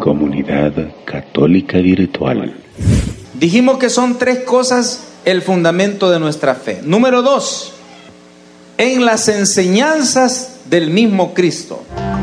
Comunidad Católica Virtual. Dijimos que son 3 cosas el fundamento de nuestra fe. Número 2, en las enseñanzas del mismo Cristo.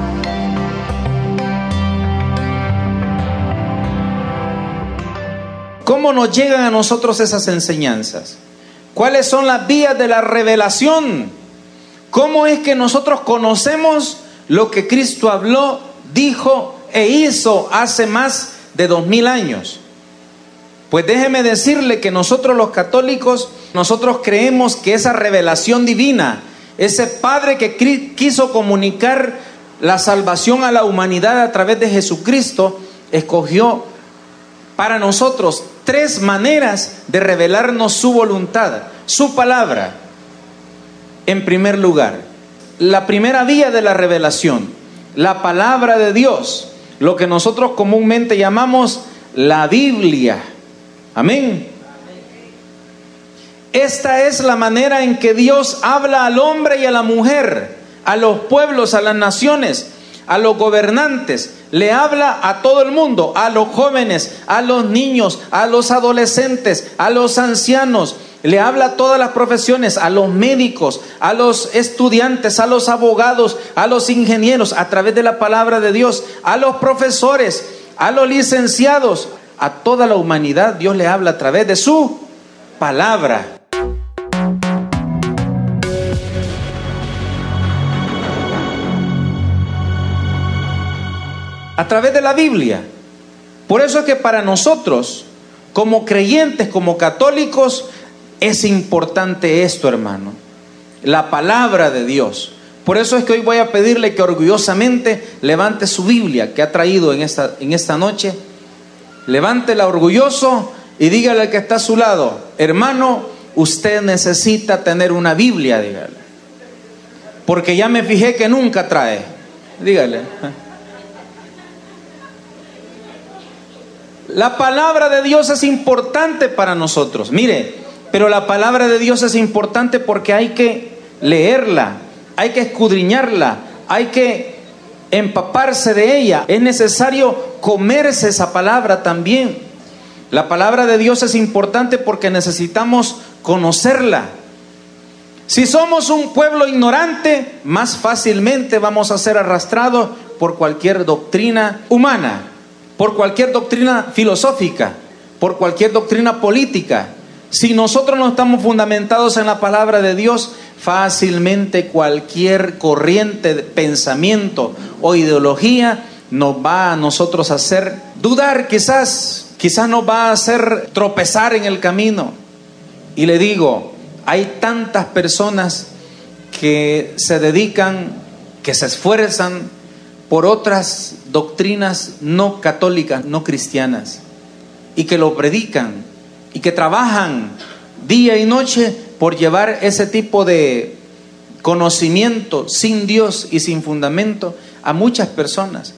¿Cómo nos llegan a nosotros esas enseñanzas? ¿Cuáles son las vías de la revelación? ¿Cómo es que nosotros conocemos lo que Cristo habló, dijo e hizo hace más de 2000 años? Pues déjeme decirle que nosotros los católicos, nosotros creemos que esa revelación divina, ese Padre que quiso comunicar la salvación a la humanidad a través de Jesucristo, escogió para nosotros 3 maneras de revelarnos su voluntad, su palabra. En primer lugar, la primera vía de la revelación, la palabra de Dios, lo que nosotros comúnmente llamamos la Biblia. Amén. Esta es la manera en que Dios habla al hombre y a la mujer, a los pueblos, a las naciones, a los gobernantes. Le habla a todo el mundo, a los jóvenes, a los niños, a los adolescentes, a los ancianos. Le habla a todas las profesiones, a los médicos, a los estudiantes, a los abogados, a los ingenieros, a través de la palabra de Dios, a los profesores, a los licenciados, a toda la humanidad. Dios le habla a través de su palabra. A través de la Biblia. Por eso es que para nosotros, como creyentes, como católicos, es importante esto, hermano, la palabra de Dios. Por eso es que hoy voy a pedirle que orgullosamente levante su Biblia que ha traído en esta noche. Levántela orgulloso y dígale al que está a su lado: hermano, usted necesita tener una Biblia, dígale, porque ya me fijé que nunca trae. Dígale. La palabra de Dios es importante para nosotros. Mire, pero la palabra de Dios es importante porque hay que leerla, hay que escudriñarla, hay que empaparse de ella. Es necesario comerse esa palabra también. La palabra de Dios es importante porque necesitamos conocerla. Si somos un pueblo ignorante, más fácilmente vamos a ser arrastrados por cualquier doctrina humana, por cualquier doctrina filosófica, por cualquier doctrina política. Si nosotros no estamos fundamentados en la palabra de Dios, fácilmente cualquier corriente de pensamiento o ideología nos va a nosotros a hacer dudar, quizás nos va a hacer tropezar en el camino. Y le digo, hay tantas personas que se dedican, que se esfuerzan por otras doctrinas no católicas, no cristianas, y que lo predican y que trabajan día y noche por llevar ese tipo de conocimiento sin Dios y sin fundamento a muchas personas.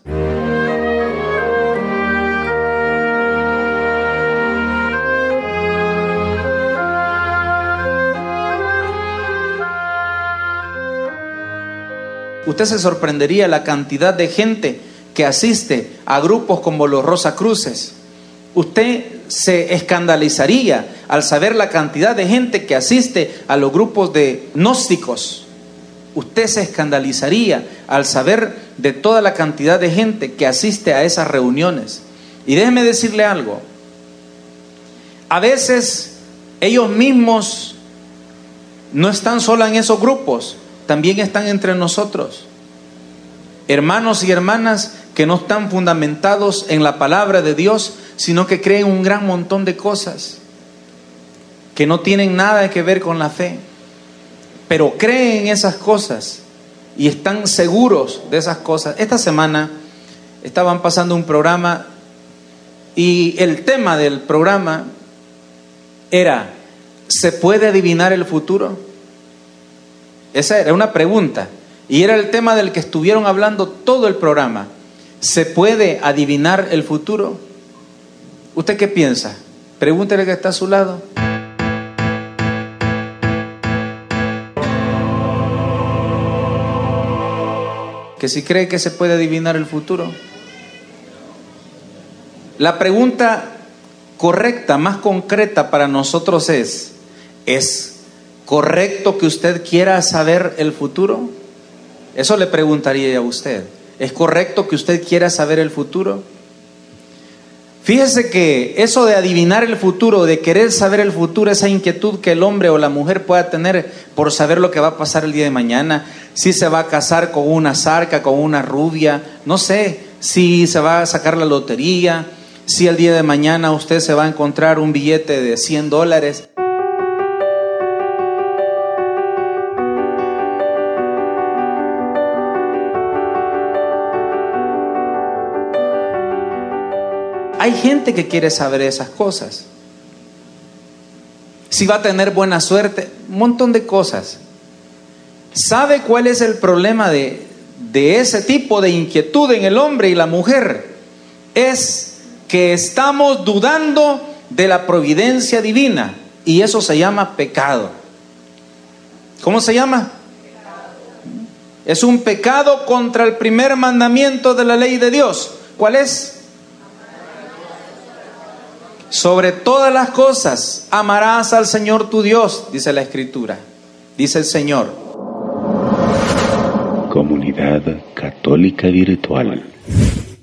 Usted se sorprendería la cantidad de gente que asiste a grupos como los Rosacruces. Usted se escandalizaría al saber la cantidad de gente que asiste a los grupos de gnósticos. Usted se escandalizaría al saber de toda la cantidad de gente que asiste a esas reuniones. Y déjeme decirle algo. A veces ellos mismos no están solo en esos grupos, también están entre nosotros. Hermanos y hermanas que no están fundamentados en la palabra de Dios, sino que creen un gran montón de cosas que no tienen nada que ver con la fe, pero creen esas cosas y están seguros de esas cosas. Esta semana estaban pasando un programa y el tema del programa era: ¿se puede adivinar el futuro? Esa era una pregunta y era el tema del que estuvieron hablando todo el programa. ¿Se puede adivinar el futuro? ¿Usted qué piensa? Pregúntele al que está a su lado. Que si cree que se puede adivinar el futuro. La pregunta correcta, más concreta para nosotros ¿es correcto que usted quiera saber el futuro? Eso le preguntaría a usted. ¿Es correcto que usted quiera saber el futuro? Fíjese que eso de adivinar el futuro, de querer saber el futuro, esa inquietud que el hombre o la mujer pueda tener por saber lo que va a pasar el día de mañana, si se va a casar con una zarca, con una rubia, no sé, si se va a sacar la lotería, si el día de mañana usted se va a encontrar un billete de $100. Hay gente que quiere saber esas cosas. Si va a tener buena suerte, un montón de cosas. ¿Sabe cuál es el problema de ese tipo de inquietud en el hombre y la mujer? Es que estamos dudando de la providencia divina y eso se llama pecado. ¿Cómo se llama? Es un pecado contra el primer mandamiento de la ley de Dios. ¿Cuál es? Sobre todas las cosas amarás al Señor tu Dios, dice la Escritura, dice el Señor. Comunidad Católica Virtual.